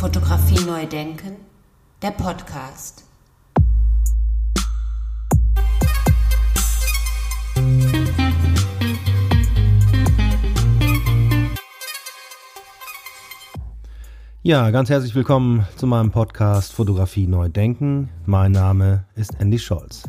Fotografie neu denken, der Podcast. Ja, ganz herzlich willkommen zu meinem Podcast Fotografie neu denken. Mein Name ist Andy Scholz.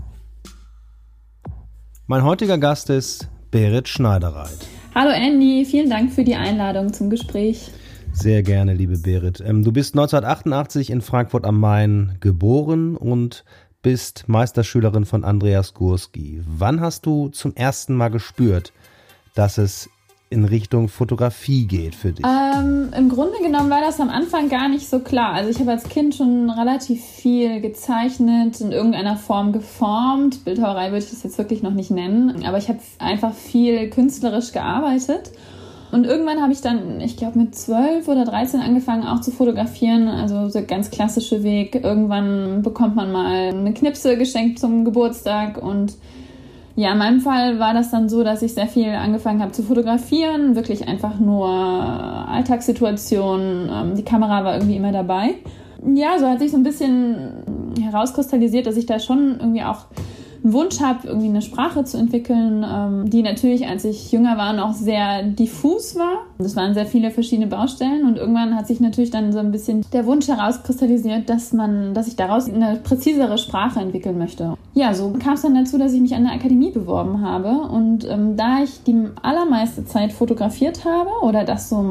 Mein heutiger Gast ist Berit Schneidereit. Hallo Andy, vielen Dank für die Einladung zum Gespräch. Sehr gerne, liebe Berit. Du bist 1988 in Frankfurt am Main geboren und bist Meisterschülerin von Andreas Gursky. Wann hast du zum ersten Mal gespürt, dass es in Richtung Fotografie geht für dich? Im Grunde genommen war das am Anfang gar nicht so klar. Also ich habe als Kind schon relativ viel gezeichnet, in irgendeiner Form geformt. Bildhauerei würde ich das jetzt wirklich noch nicht nennen, aber ich habe einfach viel künstlerisch gearbeitet. Und irgendwann habe ich dann, ich glaube mit 12 oder 13 angefangen auch zu fotografieren, also so ganz klassische Weg. Irgendwann bekommt man mal eine Knipse geschenkt zum Geburtstag und ja, in meinem Fall war das dann so, dass ich sehr viel angefangen habe zu fotografieren, wirklich einfach nur Alltagssituationen, die Kamera war irgendwie immer dabei. Ja, so hat sich so ein bisschen herauskristallisiert, dass ich da schon irgendwie auch einen Wunsch habe, irgendwie eine Sprache zu entwickeln, die natürlich, als ich jünger war, noch sehr diffus war. Es waren sehr viele verschiedene Baustellen und irgendwann hat sich natürlich dann so ein bisschen der Wunsch herauskristallisiert, dass ich daraus eine präzisere Sprache entwickeln möchte. Ja, so kam es dann dazu, dass ich mich an der Akademie beworben habe und da ich die allermeiste Zeit fotografiert habe oder das so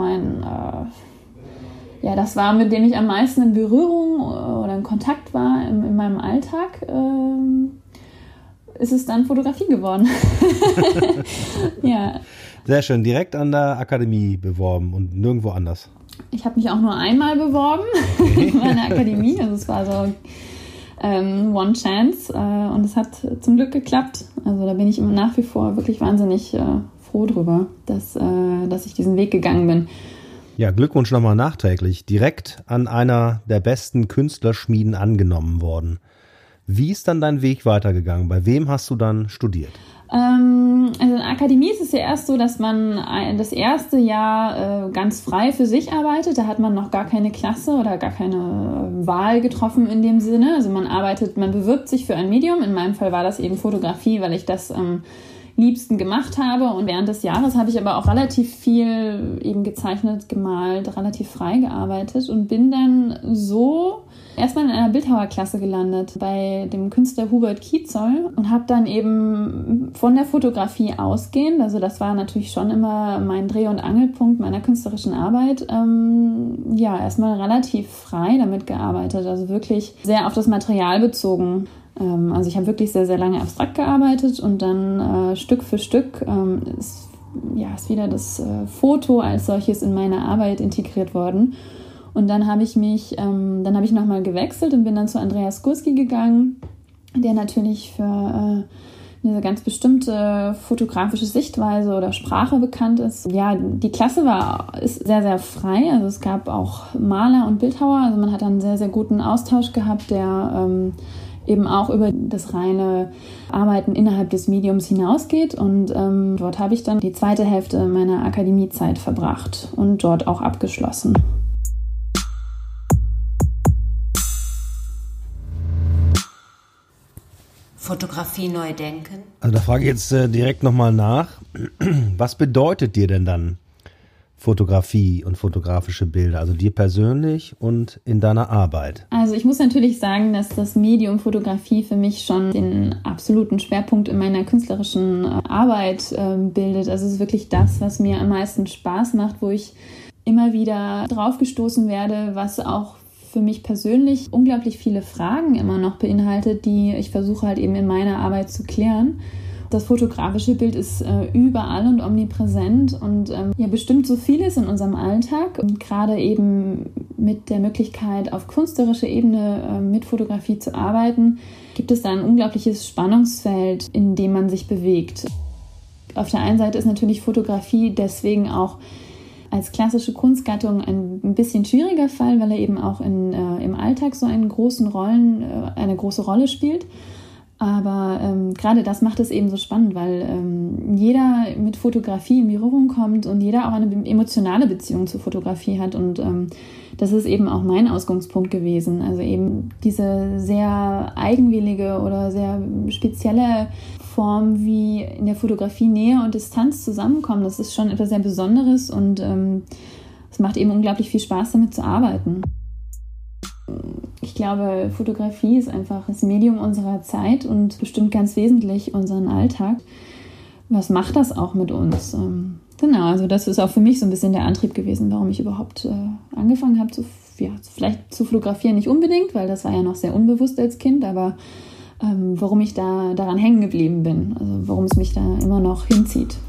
das war, mit dem ich am meisten in Berührung oder in Kontakt war in meinem Alltag, ist es dann Fotografie geworden. Ja. Sehr schön, direkt an der Akademie beworben und nirgendwo anders. Ich habe mich auch nur einmal beworben in meiner Akademie, also es war so One Chance und es hat zum Glück geklappt. Also da bin ich immer nach wie vor wirklich wahnsinnig froh drüber, dass ich diesen Weg gegangen bin. Ja, Glückwunsch nochmal nachträglich. Direkt an einer der besten Künstlerschmieden angenommen worden. Wie ist dann dein Weg weitergegangen? Bei wem hast du dann studiert? Also in der Akademie ist es ja erst so, dass man das erste Jahr ganz frei für sich arbeitet. Da hat man noch gar keine Klasse oder gar keine Wahl getroffen in dem Sinne. Also man bewirbt sich für ein Medium. In meinem Fall war das eben Fotografie, weil ich das am liebsten gemacht habe. Und während des Jahres habe ich aber auch relativ viel eben gezeichnet, gemalt, relativ frei gearbeitet und bin dann so erstmal in einer Bildhauerklasse gelandet bei dem Künstler Hubert Kietzoll und habe dann eben von der Fotografie ausgehend, also das war natürlich schon immer mein Dreh- und Angelpunkt meiner künstlerischen Arbeit, erstmal relativ frei damit gearbeitet, also wirklich sehr auf das Material bezogen. Also ich habe wirklich sehr, sehr lange abstrakt gearbeitet und dann Stück für Stück ist wieder das Foto als solches in meine Arbeit integriert worden. Und dann habe ich nochmal gewechselt und bin dann zu Andreas Gursky gegangen, der natürlich für eine ganz bestimmte fotografische Sichtweise oder Sprache bekannt ist. Ja, die Klasse ist sehr, sehr frei. Also es gab auch Maler und Bildhauer. Also man hat einen sehr, sehr guten Austausch gehabt, der eben auch über das reine Arbeiten innerhalb des Mediums hinausgeht. Und dort habe ich dann die zweite Hälfte meiner Akademiezeit verbracht und dort auch abgeschlossen. Fotografie neu denken. Also da frage ich jetzt direkt nochmal nach. Was bedeutet dir denn dann Fotografie und fotografische Bilder, also dir persönlich und in deiner Arbeit? Also ich muss natürlich sagen, dass das Medium Fotografie für mich schon den absoluten Schwerpunkt in meiner künstlerischen Arbeit bildet. Also es ist wirklich das, was mir am meisten Spaß macht, wo ich immer wieder drauf gestoßen werde, was auch für mich persönlich unglaublich viele Fragen immer noch beinhaltet, die ich versuche halt eben in meiner Arbeit zu klären. Das fotografische Bild ist überall und omnipräsent und bestimmt so vieles in unserem Alltag. Und gerade eben mit der Möglichkeit, auf künstlerischer Ebene mit Fotografie zu arbeiten, gibt es da ein unglaubliches Spannungsfeld, in dem man sich bewegt. Auf der einen Seite ist natürlich Fotografie deswegen auch als klassische Kunstgattung ein bisschen schwieriger Fall, weil er eben auch im Alltag so eine große Rolle spielt. Aber gerade das macht es eben so spannend, weil jeder mit Fotografie in Berührung kommt und jeder auch eine emotionale Beziehung zur Fotografie hat. Und das ist eben auch mein Ausgangspunkt gewesen. Also eben diese sehr eigenwillige oder sehr spezielle Form, wie in der Fotografie Nähe und Distanz zusammenkommen. Das ist schon etwas sehr Besonderes und es macht eben unglaublich viel Spaß, damit zu arbeiten. Ich glaube, Fotografie ist einfach das Medium unserer Zeit und bestimmt ganz wesentlich unseren Alltag. Was macht das auch mit uns? Genau, also das ist auch für mich so ein bisschen der Antrieb gewesen, warum ich überhaupt angefangen habe, vielleicht zu fotografieren, nicht unbedingt, weil das war ja noch sehr unbewusst als Kind, aber warum ich da daran hängen geblieben bin, also warum es mich da immer noch hinzieht.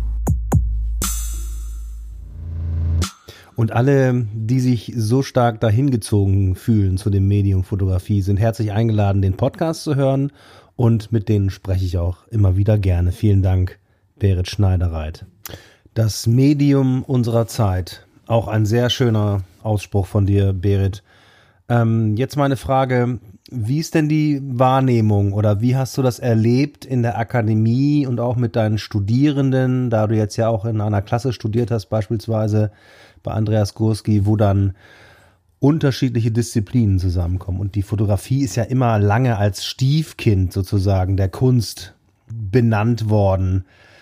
Und alle, die sich so stark dahin gezogen fühlen zu dem Medium Fotografie, sind herzlich eingeladen, den Podcast zu hören. Und mit denen spreche ich auch immer wieder gerne. Vielen Dank, Berit Schneidereit. Das Medium unserer Zeit. Auch ein sehr schöner Ausspruch von dir, Berit. Jetzt meine Frage, wie ist denn die Wahrnehmung oder wie hast du das erlebt in der Akademie und auch mit deinen Studierenden, da du jetzt ja auch in einer Klasse studiert hast, beispielsweise bei Andreas Gursky, wo dann unterschiedliche Disziplinen zusammenkommen. Und die Fotografie ist ja immer lange als Stiefkind sozusagen der Kunst benannt worden.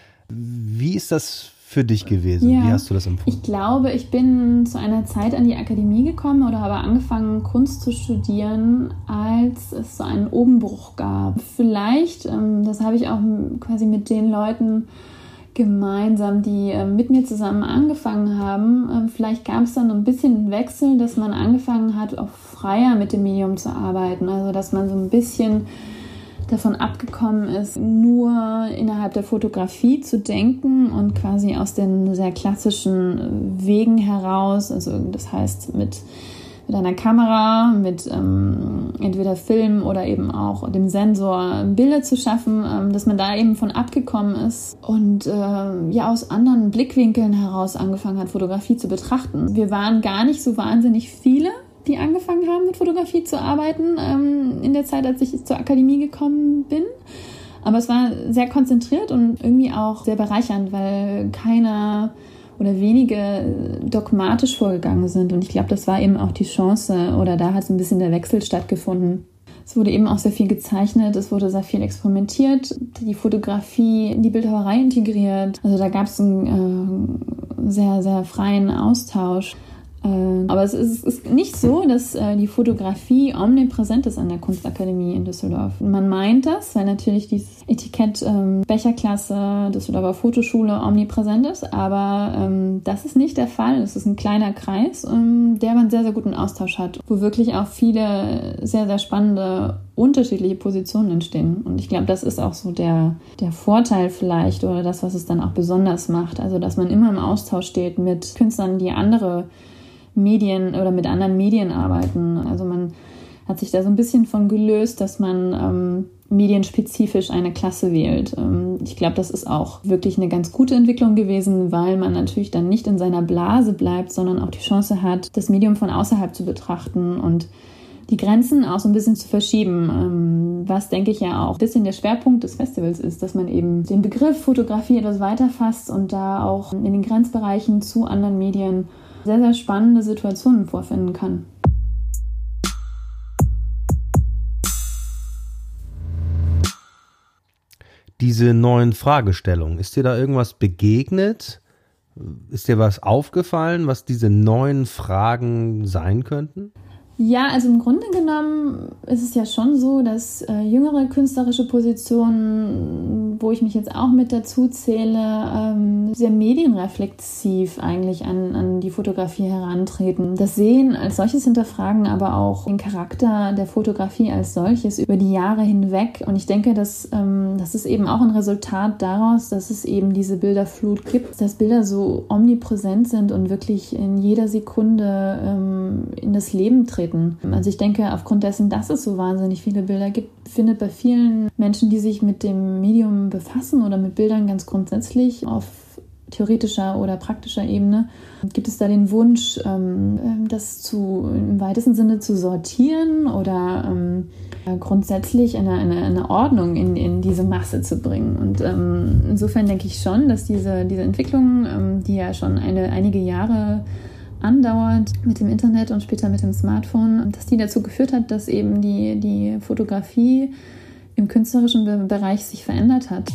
Wie ist das für dich gewesen? Ja, wie hast du das empfunden? Ich glaube, ich bin zu einer Zeit an die Akademie gekommen oder habe angefangen, Kunst zu studieren, als es so einen Umbruch gab. Vielleicht, das habe ich auch quasi mit den Leuten gemeinsam, die mit mir zusammen angefangen haben. Vielleicht gab es dann ein bisschen einen Wechsel, dass man angefangen hat, auch freier mit dem Medium zu arbeiten. Also dass man so ein bisschen davon abgekommen ist, nur innerhalb der Fotografie zu denken und quasi aus den sehr klassischen Wegen heraus, also das heißt mit einer Kamera, mit entweder Film oder eben auch dem Sensor Bilder zu schaffen, dass man da eben von abgekommen ist und aus anderen Blickwinkeln heraus angefangen hat, Fotografie zu betrachten. Wir waren gar nicht so wahnsinnig viele, die angefangen haben, mit Fotografie zu arbeiten, in der Zeit, als ich zur Akademie gekommen bin. Aber es war sehr konzentriert und irgendwie auch sehr bereichernd, weil keiner oder wenige dogmatisch vorgegangen sind. Und ich glaube, das war eben auch die Chance oder da hat so ein bisschen der Wechsel stattgefunden. Es wurde eben auch sehr viel gezeichnet, es wurde sehr viel experimentiert, die Fotografie in die Bildhauerei integriert. Also da gab es einen sehr, sehr freien Austausch. Aber es ist nicht so, dass die Fotografie omnipräsent ist an der Kunstakademie in Düsseldorf. Man meint das, weil natürlich dieses Etikett Becherklasse, Düsseldorfer Fotoschule omnipräsent ist, aber das ist nicht der Fall. Es ist ein kleiner Kreis, der aber einen sehr, sehr guten Austausch hat, wo wirklich auch viele sehr, sehr spannende unterschiedliche Positionen entstehen. Und ich glaube, das ist auch so der Vorteil vielleicht oder das, was es dann auch besonders macht. Also, dass man immer im Austausch steht mit Künstlern, die andere Medien oder mit anderen Medien arbeiten. Also man hat sich da so ein bisschen von gelöst, dass man medienspezifisch eine Klasse wählt. Ich glaube, das ist auch wirklich eine ganz gute Entwicklung gewesen, weil man natürlich dann nicht in seiner Blase bleibt, sondern auch die Chance hat, das Medium von außerhalb zu betrachten und die Grenzen auch so ein bisschen zu verschieben, was, denke ich, ja auch ein bisschen der Schwerpunkt des Festivals ist, dass man eben den Begriff Fotografie etwas weiter fasst und da auch in den Grenzbereichen zu anderen Medien sehr, sehr spannende Situationen vorfinden kann. Diese neuen Fragestellungen, ist dir da irgendwas begegnet? Ist dir was aufgefallen, was diese neuen Fragen sein könnten? Ja, also im Grunde genommen ist es ja schon so, dass jüngere künstlerische Positionen, wo ich mich jetzt auch mit dazu zähle, sehr medienreflexiv eigentlich an die Fotografie herantreten. Das Sehen als solches hinterfragen, aber auch den Charakter der Fotografie als solches über die Jahre hinweg. Und ich denke, das ist eben auch ein Resultat daraus, dass es eben diese Bilderflut gibt, dass Bilder so omnipräsent sind und wirklich in jeder Sekunde in das Leben treten. Also ich denke, aufgrund dessen, dass es so wahnsinnig viele Bilder gibt, findet bei vielen Menschen, die sich mit dem Medium befassen oder mit Bildern ganz grundsätzlich auf theoretischer oder praktischer Ebene. Gibt es da den Wunsch, das im weitesten Sinne zu sortieren oder grundsätzlich eine Ordnung in diese Masse zu bringen? Und insofern denke ich schon, dass diese Entwicklung, die ja schon einige Jahre andauert mit dem Internet und später mit dem Smartphone, dass die dazu geführt hat, dass eben die Fotografie im künstlerischen Bereich sich verändert hat.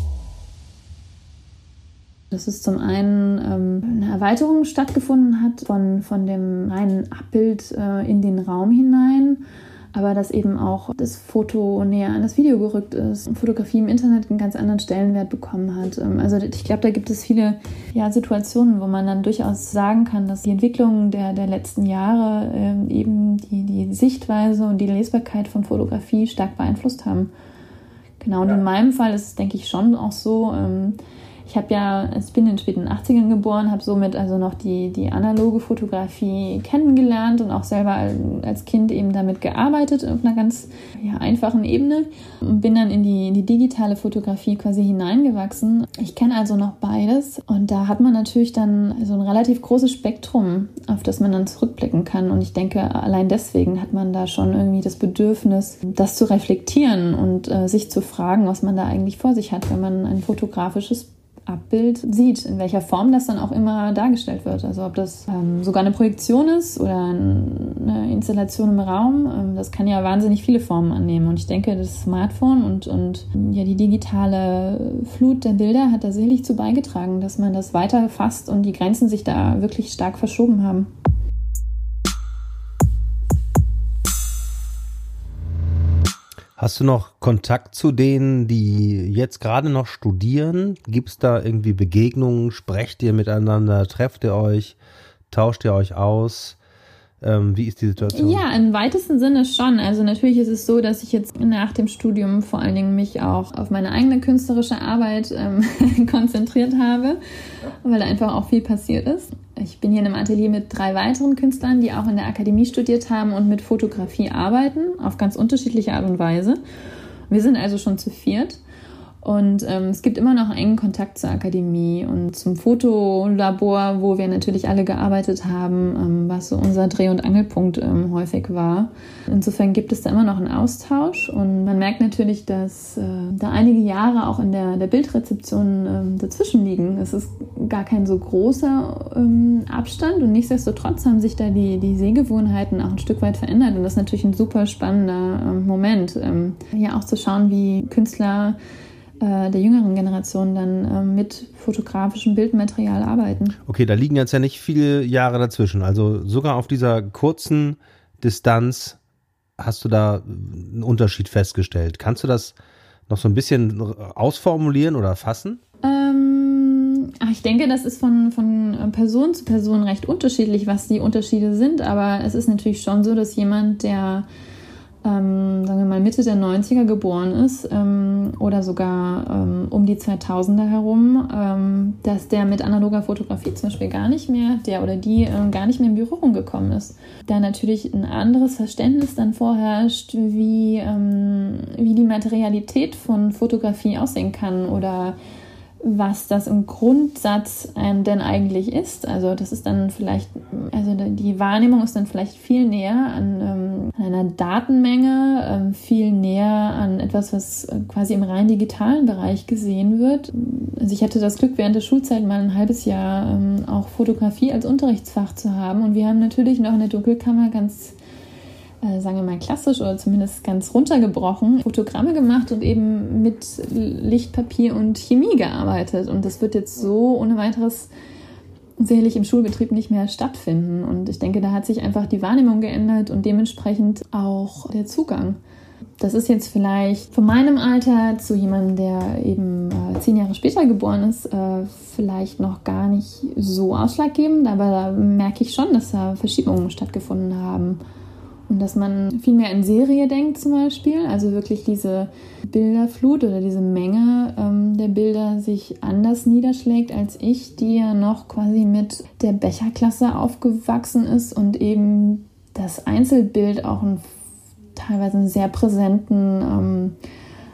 Dass es zum einen eine Erweiterung stattgefunden hat von dem reinen Abbild in den Raum hinein, aber dass eben auch das Foto näher an das Video gerückt ist und Fotografie im Internet einen ganz anderen Stellenwert bekommen hat. Also ich glaube, da gibt es viele Situationen, wo man dann durchaus sagen kann, dass die Entwicklung der letzten Jahre eben die Sichtweise und die Lesbarkeit von Fotografie stark beeinflusst haben. Genau, und in meinem Fall ist es, denke ich, schon auch so, ich bin in den späten 80ern geboren, habe somit also noch die analoge Fotografie kennengelernt und auch selber als Kind eben damit gearbeitet auf einer ganz einfachen Ebene und bin dann in die digitale Fotografie quasi hineingewachsen. Ich kenne also noch beides und da hat man natürlich dann so ein relativ großes Spektrum, auf das man dann zurückblicken kann, und ich denke, allein deswegen hat man da schon irgendwie das Bedürfnis, das zu reflektieren und sich zu fragen, was man da eigentlich vor sich hat, wenn man ein fotografisches Abbild sieht, in welcher Form das dann auch immer dargestellt wird. Also ob das sogar eine Projektion ist oder eine Installation im Raum, das kann ja wahnsinnig viele Formen annehmen. Und ich denke, das Smartphone und die digitale Flut der Bilder hat da sicherlich zu beigetragen, dass man das weiter fasst und die Grenzen sich da wirklich stark verschoben haben. Hast du noch Kontakt zu denen, die jetzt gerade noch studieren? Gibt es da irgendwie Begegnungen? Sprecht ihr miteinander? Trefft ihr euch? Tauscht ihr euch aus? Wie ist die Situation? Ja, im weitesten Sinne schon. Also natürlich ist es so, dass ich jetzt nach dem Studium vor allen Dingen mich auch auf meine eigene künstlerische Arbeit konzentriert habe, weil da einfach auch viel passiert ist. Ich bin hier in einem Atelier mit 3 weiteren Künstlern, die auch in der Akademie studiert haben und mit Fotografie arbeiten, auf ganz unterschiedliche Art und Weise. Wir sind also schon zu 4. Und es gibt immer noch engen Kontakt zur Akademie und zum Fotolabor, wo wir natürlich alle gearbeitet haben, was so unser Dreh- und Angelpunkt häufig war. Insofern gibt es da immer noch einen Austausch und man merkt natürlich, dass da einige Jahre auch in der Bildrezeption dazwischen liegen. Es ist gar kein so großer Abstand und nichtsdestotrotz haben sich da die Sehgewohnheiten auch ein Stück weit verändert und das ist natürlich ein super spannender Moment, hier auch zu schauen, wie Künstler der jüngeren Generation dann mit fotografischem Bildmaterial arbeiten. Okay, da liegen jetzt ja nicht viele Jahre dazwischen. Also sogar auf dieser kurzen Distanz hast du da einen Unterschied festgestellt. Kannst du das noch so ein bisschen ausformulieren oder fassen? Ich denke, das ist von Person zu Person recht unterschiedlich, was die Unterschiede sind. Aber es ist natürlich schon so, dass jemand, der sagen wir mal Mitte der 90er geboren ist oder sogar um die 2000er herum, dass der mit analoger Fotografie zum Beispiel gar nicht mehr, der oder die gar nicht mehr in Berührung gekommen ist. Da natürlich ein anderes Verständnis dann vorherrscht, wie die Materialität von Fotografie aussehen kann oder was das im Grundsatz denn eigentlich ist. Also das ist dann vielleicht, also die Wahrnehmung ist dann vielleicht viel näher an einer Datenmenge, viel näher an etwas, was quasi im rein digitalen Bereich gesehen wird. Also ich hatte das Glück, während der Schulzeit mal ein halbes Jahr auch Fotografie als Unterrichtsfach zu haben und wir haben natürlich noch in der Dunkelkammer ganz sagen wir mal klassisch oder zumindest ganz runtergebrochen, Fotogramme gemacht und eben mit Licht, Papier und Chemie gearbeitet. Und das wird jetzt so ohne weiteres sicherlich im Schulbetrieb nicht mehr stattfinden. Und ich denke, da hat sich einfach die Wahrnehmung geändert und dementsprechend auch der Zugang. Das ist jetzt vielleicht von meinem Alter zu jemandem, der eben 10 Jahre später geboren ist, vielleicht noch gar nicht so ausschlaggebend, aber da merke ich schon, dass da Verschiebungen stattgefunden haben. Und dass man viel mehr in Serie denkt zum Beispiel, also wirklich diese Bilderflut oder diese Menge der Bilder sich anders niederschlägt als ich, die ja noch quasi mit der Becherklasse aufgewachsen ist und eben das Einzelbild auch teilweise einen sehr präsenten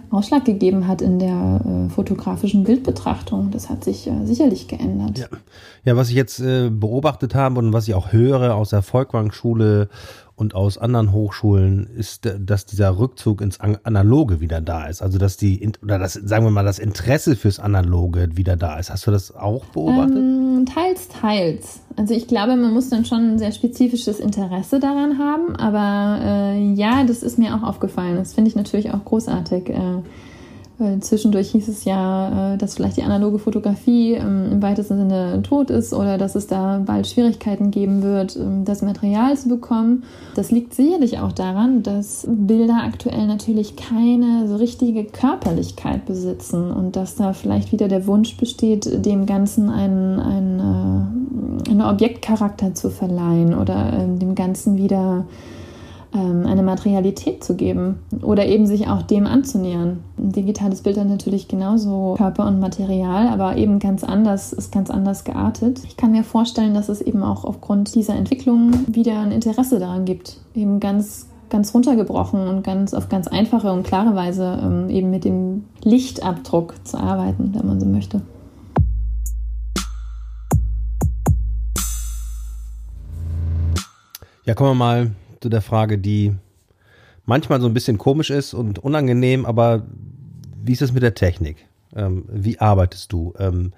Ausschlag gegeben hat in der fotografischen Bildbetrachtung. Das hat sich sicherlich geändert. Ja, was ich jetzt beobachtet habe und was ich auch höre aus der Folkwang-Schule und aus anderen Hochschulen, ist, dass dieser Rückzug ins Analoge wieder da ist. Also dass sagen wir mal, das Interesse fürs Analoge wieder da ist. Hast du das auch beobachtet? Teils. Also ich glaube, man muss dann schon ein sehr spezifisches Interesse daran haben. Aber ja, das ist mir auch aufgefallen. Das finde ich natürlich auch großartig. Zwischendurch hieß es ja, dass vielleicht die analoge Fotografie im weitesten Sinne tot ist oder dass es da bald Schwierigkeiten geben wird, das Material zu bekommen. Das liegt sicherlich auch daran, dass Bilder aktuell natürlich keine so richtige Körperlichkeit besitzen und dass da vielleicht wieder der Wunsch besteht, dem Ganzen einen Objektcharakter zu verleihen oder dem Ganzen wieder eine Materialität zu geben oder eben sich auch dem anzunähern. Ein digitales Bild hat natürlich genauso Körper und Material, aber eben ganz anders geartet. Ich kann mir vorstellen, dass es eben auch aufgrund dieser Entwicklung wieder ein Interesse daran gibt, eben ganz runtergebrochen und auf ganz einfache und klare Weise eben mit dem Lichtabdruck zu arbeiten, wenn man so möchte. Ja, kommen wir mal zu der Frage, die manchmal so ein bisschen komisch ist und unangenehm, aber wie ist es mit der Technik? Wie arbeitest du?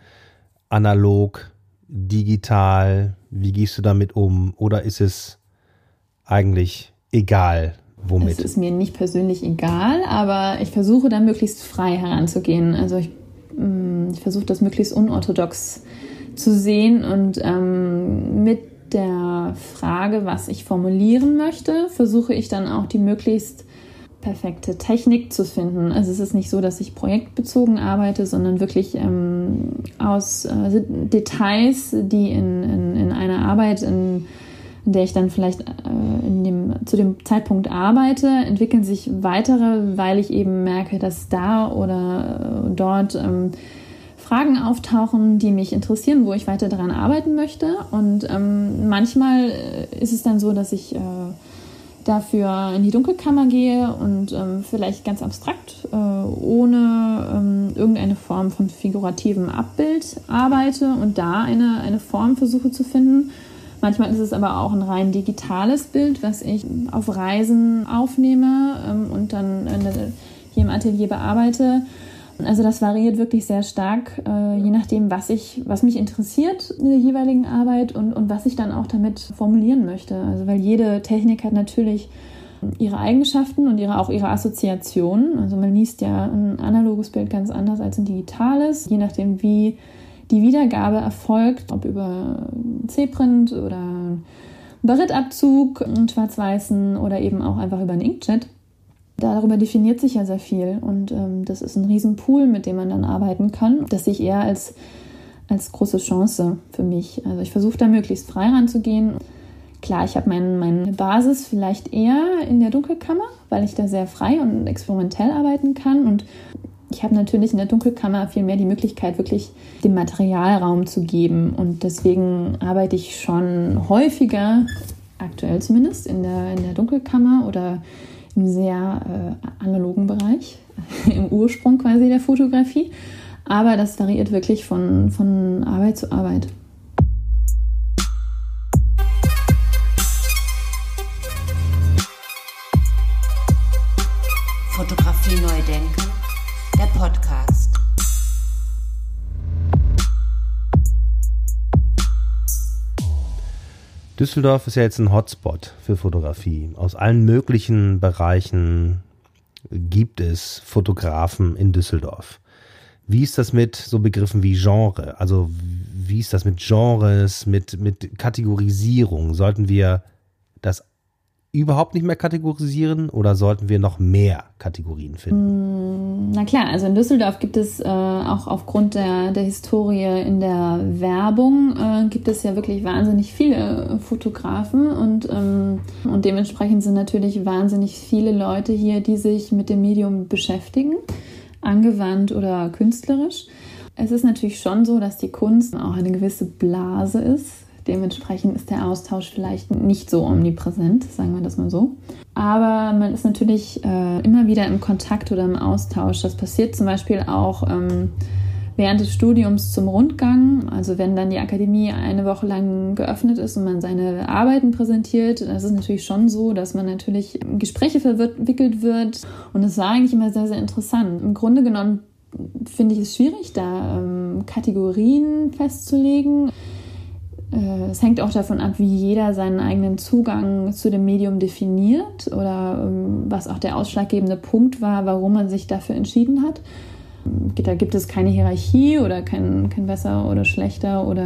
Analog, digital, wie gehst du damit um? Oder ist es eigentlich egal, womit? Es ist mir nicht persönlich egal, aber ich versuche da möglichst frei heranzugehen. Also ich versuche das möglichst unorthodox zu sehen und mit der Frage, was ich formulieren möchte, versuche ich dann auch die möglichst perfekte Technik zu finden. Also es ist nicht so, dass ich projektbezogen arbeite, sondern wirklich aus Details, die in einer Arbeit, in der ich dann vielleicht zu dem Zeitpunkt arbeite, entwickeln sich weitere, weil ich eben merke, dass da oder dort Fragen auftauchen, die mich interessieren, wo ich weiter daran arbeiten möchte. Und manchmal ist es dann so, dass ich dafür in die Dunkelkammer gehe und vielleicht ganz abstrakt, ohne irgendeine Form von figurativem Abbild arbeite und da eine Form versuche zu finden. Manchmal ist es aber auch ein rein digitales Bild, was ich auf Reisen aufnehme und dann hier im Atelier bearbeite. Also das variiert wirklich sehr stark, je nachdem, was mich interessiert in der jeweiligen Arbeit und was ich dann auch damit formulieren möchte. Also weil jede Technik hat natürlich ihre Eigenschaften und ihre Assoziationen. Also man liest ja ein analoges Bild ganz anders als ein digitales, je nachdem, wie die Wiedergabe erfolgt, ob über C-Print oder einen Barittabzug, einen schwarz-weißen oder eben auch einfach über einen Inkjet. Darüber definiert sich ja sehr viel und das ist ein Riesenpool, mit dem man dann arbeiten kann. Das sehe ich eher als große Chance für mich. Also ich versuche da möglichst frei ranzugehen. Klar, ich habe meine Basis vielleicht eher in der Dunkelkammer, weil ich da sehr frei und experimentell arbeiten kann. Und ich habe natürlich in der Dunkelkammer viel mehr die Möglichkeit, wirklich dem Materialraum zu geben. Und deswegen arbeite ich schon häufiger, aktuell zumindest, in der Dunkelkammer oder im sehr analogen Bereich, im Ursprung quasi der Fotografie. Aber das variiert wirklich von Arbeit zu Arbeit. Fotografie neu denken, der Podcast. Düsseldorf ist ja jetzt ein Hotspot für Fotografie. Aus allen möglichen Bereichen gibt es Fotografen in Düsseldorf. Wie ist das mit so Begriffen wie Genre? Also wie ist das mit Genres, mit Kategorisierung? Sollten wir das überhaupt nicht mehr kategorisieren oder sollten wir noch mehr Kategorien finden? Na klar, also in Düsseldorf gibt es auch aufgrund der Historie in der Werbung gibt es ja wirklich wahnsinnig viele Fotografen und dementsprechend sind natürlich wahnsinnig viele Leute hier, die sich mit dem Medium beschäftigen, angewandt oder künstlerisch. Es ist natürlich schon so, dass die Kunst auch eine gewisse Blase ist, Dementsprechend ist der Austausch vielleicht nicht so omnipräsent, sagen wir das mal so. Aber man ist natürlich immer wieder im Kontakt oder im Austausch. Das passiert zum Beispiel auch während des Studiums zum Rundgang. Also wenn dann die Akademie eine Woche lang geöffnet ist und man seine Arbeiten präsentiert, das ist natürlich schon so, dass man natürlich in Gespräche verwickelt wird. Und das war eigentlich immer sehr, sehr interessant. Im Grunde genommen finde ich es schwierig, da Kategorien festzulegen. Es hängt auch davon ab, wie jeder seinen eigenen Zugang zu dem Medium definiert oder was auch der ausschlaggebende Punkt war, warum man sich dafür entschieden hat. Da gibt es keine Hierarchie oder kein besser oder schlechter oder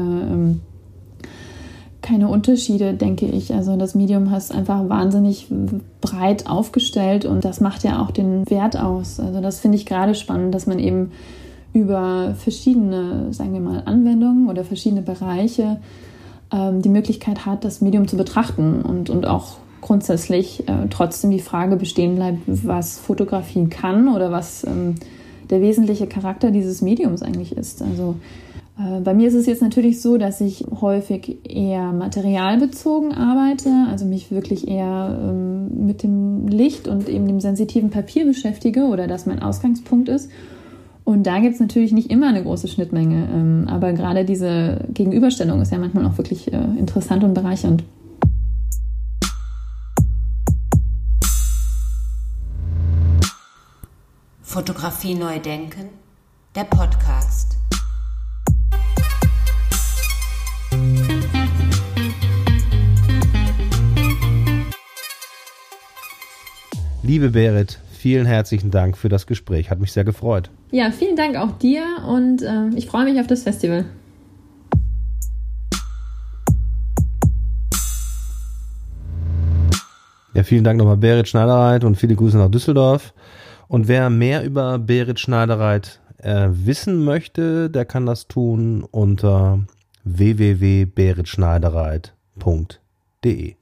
keine Unterschiede, denke ich. Also das Medium ist einfach wahnsinnig breit aufgestellt und das macht ja auch den Wert aus. Also das finde ich gerade spannend, dass man eben über verschiedene, sagen wir mal, Anwendungen oder verschiedene Bereiche die Möglichkeit hat, das Medium zu betrachten und auch grundsätzlich trotzdem die Frage bestehen bleibt, was Fotografie kann oder was der wesentliche Charakter dieses Mediums eigentlich ist. Also bei mir ist es jetzt natürlich so, dass ich häufig eher materialbezogen arbeite, also mich wirklich eher mit dem Licht und eben dem sensitiven Papier beschäftige oder das mein Ausgangspunkt ist. Und da gibt es natürlich nicht immer eine große Schnittmenge, aber gerade diese Gegenüberstellung ist ja manchmal auch wirklich interessant und bereichernd. Fotografie neu denken, der Podcast. Liebe Berit, vielen herzlichen Dank für das Gespräch. Hat mich sehr gefreut. Ja, vielen Dank auch dir und ich freue mich auf das Festival. Ja, vielen Dank nochmal Berit Schneidereit und viele Grüße nach Düsseldorf. Und wer mehr über Berit Schneidereit wissen möchte, der kann das tun unter www.beritschneidereit.de.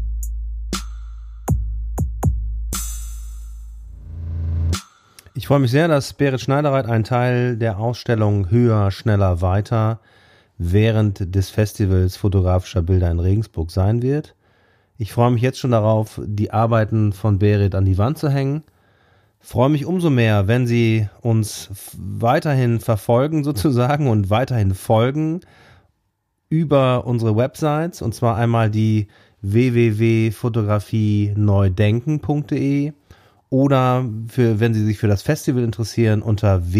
Ich freue mich sehr, dass Berit Schneidereit ein Teil der Ausstellung Höher, Schneller, Weiter während des Festivals fotografischer Bilder in Regensburg sein wird. Ich freue mich jetzt schon darauf, die Arbeiten von Berit an die Wand zu hängen. Freue mich umso mehr, wenn Sie uns weiterhin verfolgen sozusagen und weiterhin folgen über unsere Websites, und zwar einmal die www.fotografieneudenken.de oder wenn Sie sich für das Festival interessieren, unter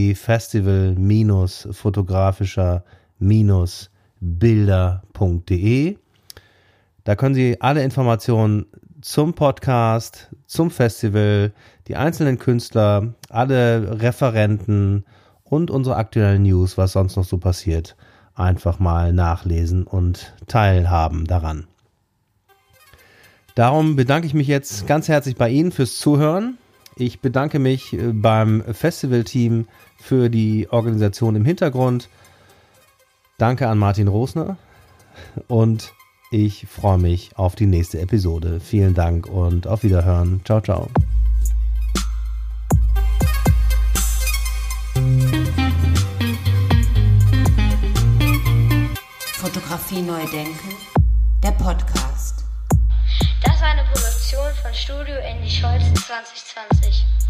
www.festival-fotografischer-bilder.de. Da können Sie alle Informationen zum Podcast, zum Festival, die einzelnen Künstler, alle Referenten und unsere aktuellen News, was sonst noch so passiert, einfach mal nachlesen und teilhaben daran. Darum bedanke ich mich jetzt ganz herzlich bei Ihnen fürs Zuhören. Ich bedanke mich beim Festivalteam für die Organisation im Hintergrund. Danke an Martin Rosner und ich freue mich auf die nächste Episode. Vielen Dank und auf Wiederhören. Ciao, ciao. Fotografie neu denken, der Podcast. Das war eine Produktion von Studio Andy Scholz 2020.